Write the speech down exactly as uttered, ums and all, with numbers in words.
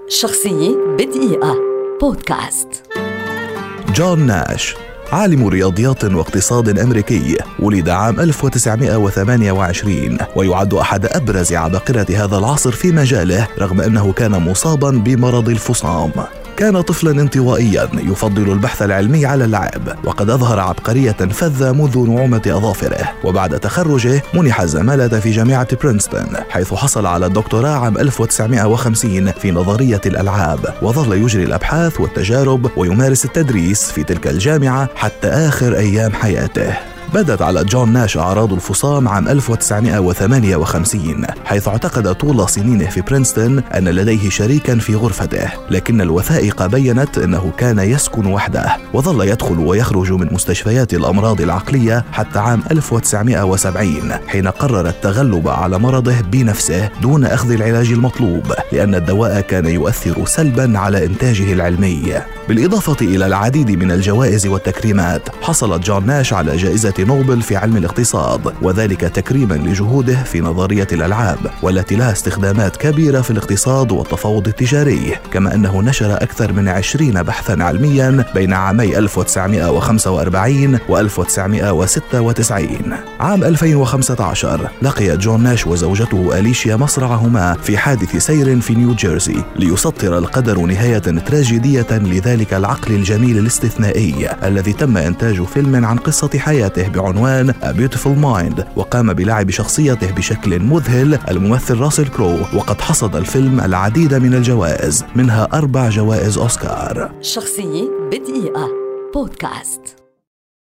شخصية بدقيقة بودكاست. جون ناش عالم رياضيات واقتصاد أمريكي، ولد عام ألف وتسعمائة وثمانية وعشرين ويعد أحد أبرز عباقرة هذا العصر في مجاله، رغم أنه كان مصابا بمرض الفصام. كان طفلا انطوائيا يفضل البحث العلمي على اللعب، وقد أظهر عبقرية فذة منذ نعومة أظافره، وبعد تخرجه منح الزمالة في جامعة برينستون، حيث حصل على الدكتوراه عام ألف وتسعمائة وخمسين في نظرية الألعاب، وظل يجري الأبحاث والتجارب ويمارس التدريس في تلك الجامعة حتى آخر أيام حياته. بدت على جون ناش أعراض الفصام عام ألف وتسعمائة وثمانية وخمسين، حيث اعتقد طول سنينه في برينستون أن لديه شريكا في غرفته، لكن الوثائق بيّنت أنه كان يسكن وحده، وظل يدخل ويخرج من مستشفيات الأمراض العقلية حتى عام ألف وتسعمائة وسبعين، حين قرر التغلب على مرضه بنفسه دون أخذ العلاج المطلوب، لأن الدواء كان يؤثر سلبا على إنتاجه العلمي. بالإضافة إلى العديد من الجوائز والتكريمات، حصل جون ناش على جائزة نوبل في علم الاقتصاد، وذلك تكريما لجهوده في نظرية الألعاب، والتي لها استخدامات كبيرة في الاقتصاد والتفاوض التجاري، كما أنه نشر أكثر من عشرين بحثا علميا بين عامي ألف وتسعمائة وخمسة وأربعين و ألف وتسعمائة وستة وتسعين. عام ألفين وخمسة عشر لقي جون ناش وزوجته أليشيا مصرعهما في حادث سير في نيوجيرسي، ليسطر القدر نهاية تراجيدية لذلك العقل الجميل الاستثنائي الذي تم إنتاج فيلم عن قصة حياته بعنوان A Beautiful Mind، وقام بلعب شخصيته بشكل مذهل الممثل راسل كرو، وقد حصد الفيلم العديد من الجوائز، منها أربع جوائز أوسكار. شخصية بدقيقة بودكاست.